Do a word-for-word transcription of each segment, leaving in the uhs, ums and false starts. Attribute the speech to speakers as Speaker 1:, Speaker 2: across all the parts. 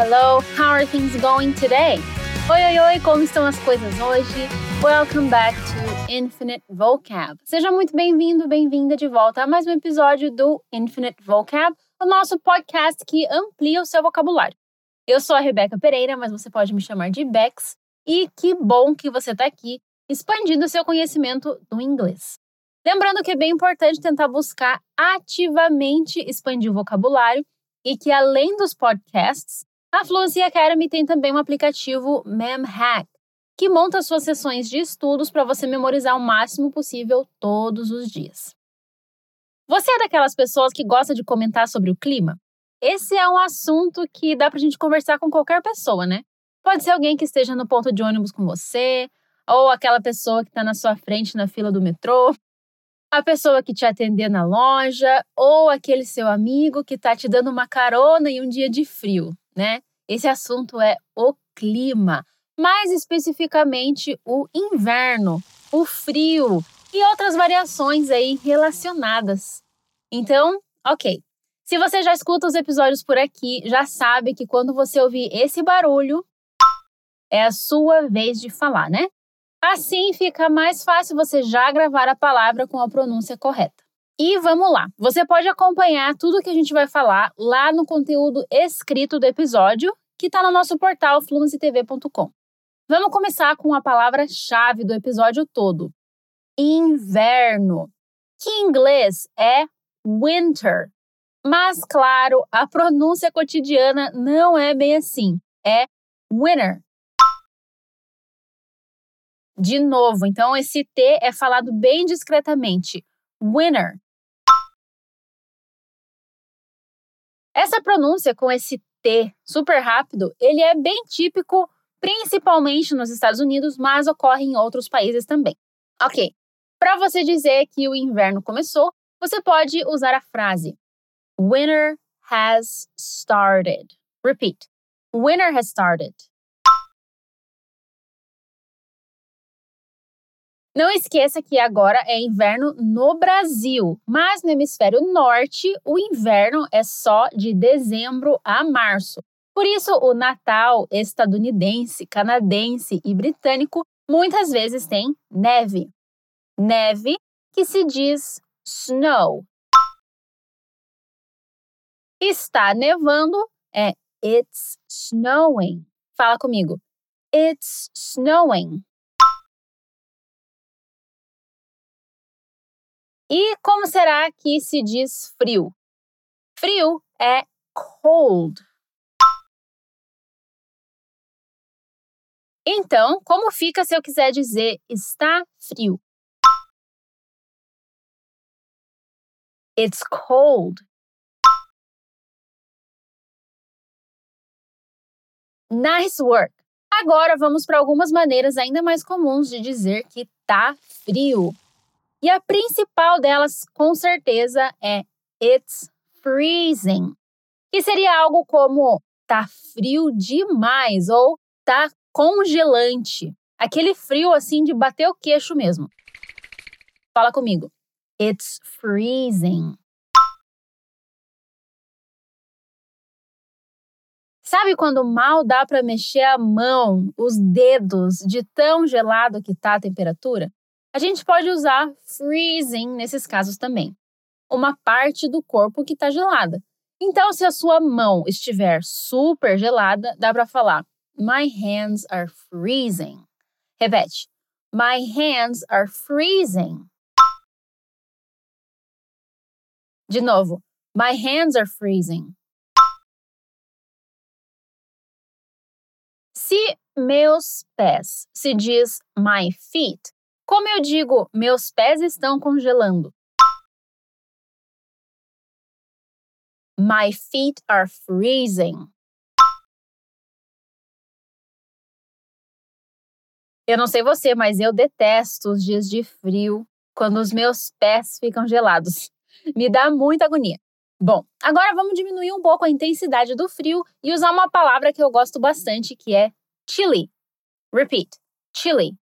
Speaker 1: hello, how are things going today? Oi, oi, oi, como estão as coisas hoje? Welcome back to Infinite Vocab. Seja muito bem-vindo, bem-vinda de volta a mais um episódio do Infinite Vocab, o nosso podcast que amplia o seu vocabulário. Eu sou a Rebeca Pereira, mas você pode me chamar de Bex, e que bom que você está aqui expandindo o seu conhecimento do inglês. Lembrando que é bem importante tentar buscar ativamente expandir o vocabulário e que, além dos podcasts, a Fluency Academy tem também um aplicativo MemHack, que monta suas sessões de estudos para você memorizar o máximo possível todos os dias. Você é daquelas pessoas que gosta de comentar sobre o clima? Esse é um assunto que dá pra gente conversar com qualquer pessoa, né? Pode ser alguém que esteja no ponto de ônibus com você, ou aquela pessoa que está na sua frente na fila do metrô, a pessoa que te atender na loja, ou aquele seu amigo que está te dando uma carona em um dia de frio, né? Esse assunto é o clima, mais especificamente o inverno, o frio e outras variações aí relacionadas. Então, ok. Se você já escuta os episódios por aqui, já sabe que quando você ouvir esse barulho, é a sua vez de falar, né? Assim fica mais fácil você já gravar a palavra com a pronúncia correta. E vamos lá, você pode acompanhar tudo que a gente vai falar lá no conteúdo escrito do episódio, que está no nosso portal fluency t v ponto com. Vamos começar com a palavra-chave do episódio todo. Inverno, que em inglês é winter. Mas, claro, a pronúncia cotidiana não é bem assim. É winter. De novo, então esse T é falado bem discretamente. Winter. Essa pronúncia com esse T super rápido, ele é bem típico, principalmente nos Estados Unidos, mas ocorre em outros países também. Ok, para você dizer que o inverno começou, você pode usar a frase Winter has started. Repeat. Winter has started. Não esqueça que agora é inverno no Brasil, mas no hemisfério norte, o inverno é só de dezembro a março. Por isso, o Natal estadunidense, canadense e britânico muitas vezes tem neve. Neve, que se diz snow. Está nevando é it's snowing. Fala comigo. It's snowing. E como será que se diz frio? Frio é cold. Então, como fica se eu quiser dizer está frio? It's cold. Nice work! Agora vamos para algumas maneiras ainda mais comuns de dizer que tá frio. E a principal delas, com certeza, é it's freezing, que seria algo como tá frio demais ou tá congelante. Aquele frio assim de bater o queixo mesmo. Fala comigo. It's freezing. Sabe quando mal dá para mexer a mão, os dedos, de tão gelado que tá a temperatura? A gente pode usar freezing nesses casos também. Uma parte do corpo que está gelada. Então, se a sua mão estiver super gelada, dá para falar My hands are freezing. Repete. My hands are freezing. De novo. My hands are freezing. Se meus pés se diz my feet, como eu digo meus pés estão congelando? My feet are freezing. Eu não sei você, mas eu detesto os dias de frio quando os meus pés ficam gelados. Me dá muita agonia. Bom, agora vamos diminuir um pouco a intensidade do frio e usar uma palavra que eu gosto bastante, que é chilly. Repeat. Chilly.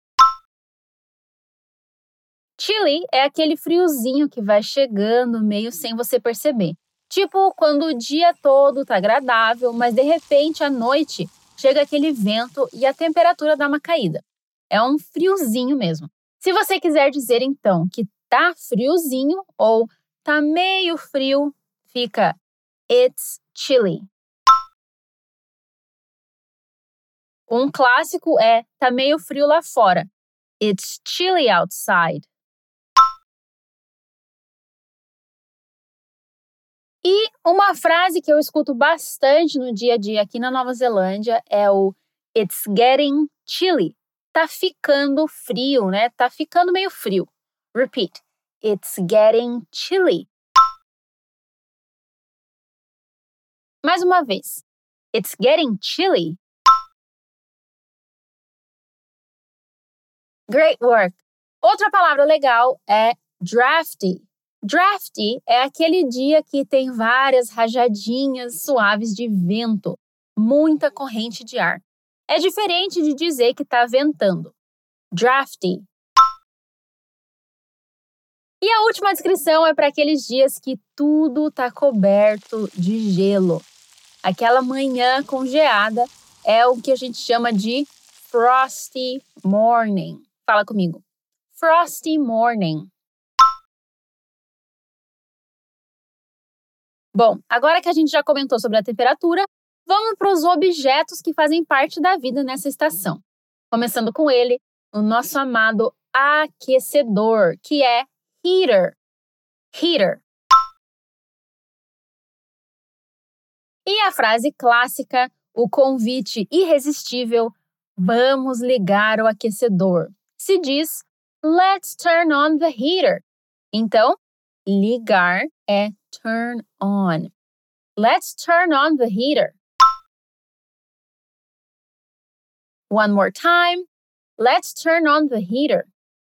Speaker 1: Chilly é aquele friozinho que vai chegando meio sem você perceber. Tipo quando o dia todo tá agradável, mas de repente à noite chega aquele vento e a temperatura dá uma caída. É um friozinho mesmo. Se você quiser dizer então que tá friozinho ou tá meio frio, fica it's chilly. Um clássico é tá meio frio lá fora. It's chilly outside. E uma frase que eu escuto bastante no dia a dia aqui na Nova Zelândia é o It's getting chilly. Tá ficando frio, né? Tá ficando meio frio. Repeat. It's getting chilly. Mais uma vez. It's getting chilly. Great work. Outra palavra legal é drafty. Drafty é aquele dia que tem várias rajadinhas suaves de vento, muita corrente de ar. É diferente de dizer que está ventando. Drafty. E a última descrição é para aqueles dias que tudo está coberto de gelo. Aquela manhã congelada é o que a gente chama de frosty morning. Fala comigo. Frosty morning. Bom, agora que a gente já comentou sobre a temperatura, vamos para os objetos que fazem parte da vida nessa estação. Começando com ele, o nosso amado aquecedor, que é heater. Heater. E a frase clássica, o convite irresistível, vamos ligar o aquecedor. Se diz, let's turn on the heater. Então, ligar é turn on. Let's turn on the heater. One more time. Let's turn on the heater.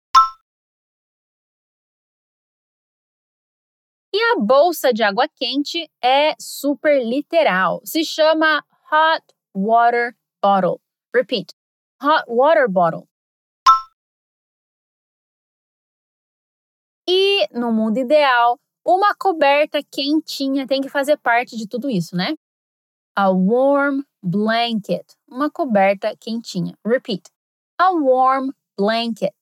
Speaker 1: E a bolsa de água quente é super literal. Se chama hot water bottle. Repeat. Hot water bottle. E, no mundo ideal, uma coberta quentinha tem que fazer parte de tudo isso, né? A warm blanket. Uma coberta quentinha. Repeat. A warm blanket.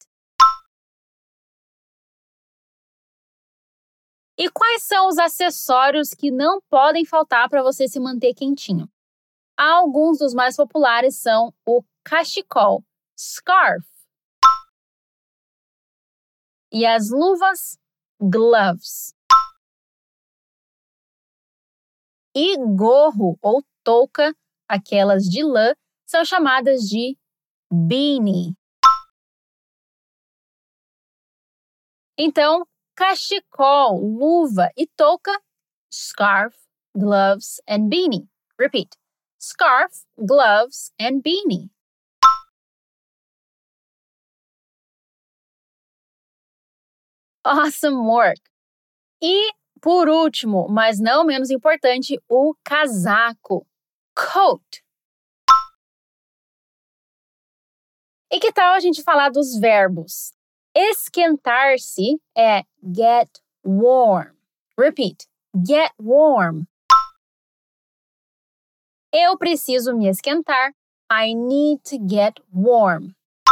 Speaker 1: E quais são os acessórios que não podem faltar para você se manter quentinho? Alguns dos mais populares são o cachecol, scarf, e as luvas, gloves. E gorro ou touca, aquelas de lã, são chamadas de beanie. Então, cachecol, luva e touca, scarf, gloves and beanie. Repeat. Scarf, gloves and beanie. Awesome work! E, por último, mas não menos importante, o casaco. Coat. E que tal a gente falar dos verbos? Esquentar-se é get warm. Repeat. Get warm. Eu preciso me esquentar. I need to get warm.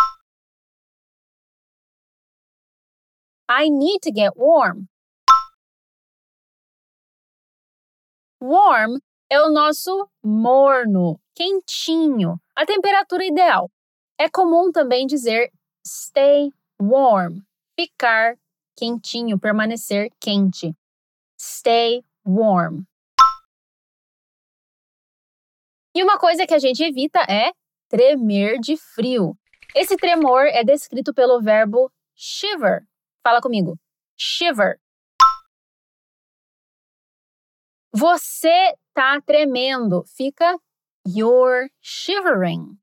Speaker 1: I need to get warm. Warm é o nosso morno, quentinho, a temperatura ideal. É comum também dizer stay warm, ficar quentinho, permanecer quente. Stay warm. E uma coisa que a gente evita é tremer de frio. Esse tremor é descrito pelo verbo shiver. Fala comigo. Shiver. Você tá tremendo. Fica you're shivering.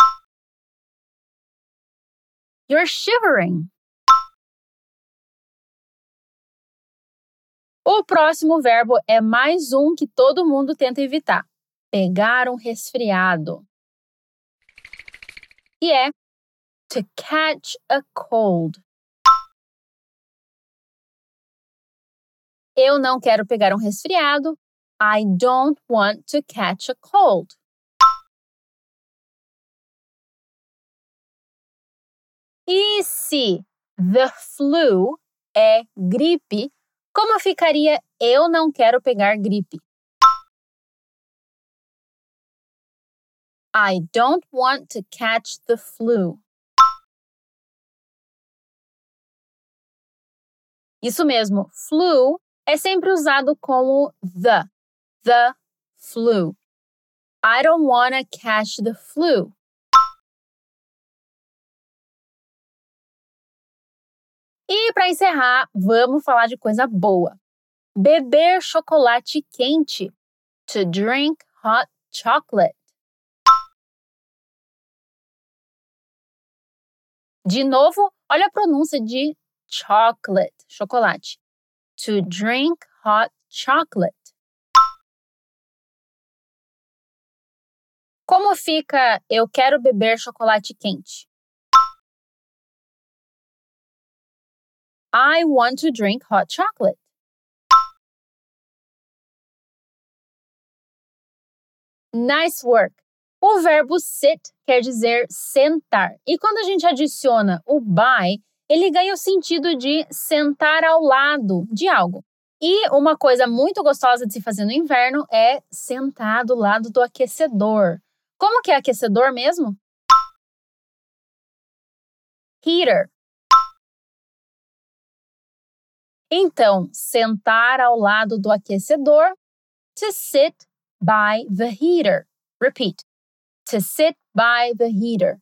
Speaker 1: You're shivering. O próximo verbo é mais um que todo mundo tenta evitar. Pegar um resfriado. E é to catch a cold. Eu não quero pegar um resfriado. I don't want to catch a cold. E se the flu é gripe, como ficaria eu não quero pegar gripe? I don't want to catch the flu. Isso mesmo, flu é sempre usado como the, the flu. I don't want to catch the flu. E para encerrar, vamos falar de coisa boa. Beber chocolate quente. To drink hot chocolate. De novo, olha a pronúncia de chocolate, chocolate. To drink hot chocolate. Como fica eu quero beber chocolate quente? I want to drink hot chocolate. Nice work! O verbo sit quer dizer sentar. E quando a gente adiciona o by, ele ganha o sentido de sentar ao lado de algo. E uma coisa muito gostosa de se fazer no inverno é sentar do lado do aquecedor. Como que é aquecedor mesmo? Heater. Então, sentar ao lado do aquecedor. To sit by the heater. Repeat. To sit by the heater.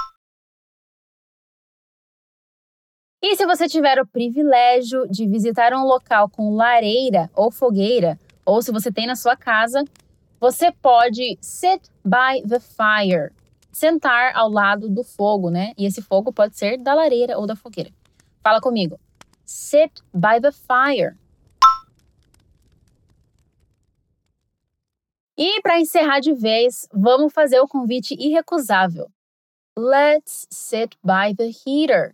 Speaker 1: E se você tiver o privilégio de visitar um local com lareira ou fogueira, ou se você tem na sua casa, você pode sit by the fire. Sentar ao lado do fogo, né? E esse fogo pode ser da lareira ou da fogueira. Fala comigo. Sit by the fire. E para encerrar de vez, vamos fazer o convite irrecusável. Let's sit by the heater.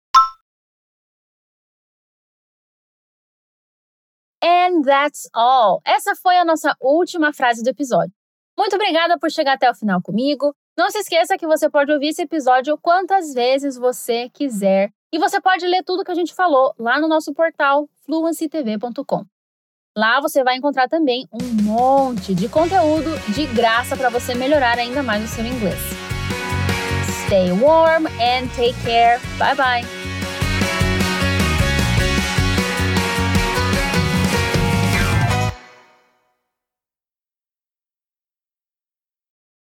Speaker 1: And that's all. Essa foi a nossa última frase do episódio. Muito obrigada por chegar até o final comigo. Não se esqueça que você pode ouvir esse episódio quantas vezes você quiser. E você pode ler tudo que a gente falou lá no nosso portal fluency t v ponto com. Lá você vai encontrar também um monte de conteúdo de graça para você melhorar ainda mais o seu inglês. Stay warm and take care. Bye bye!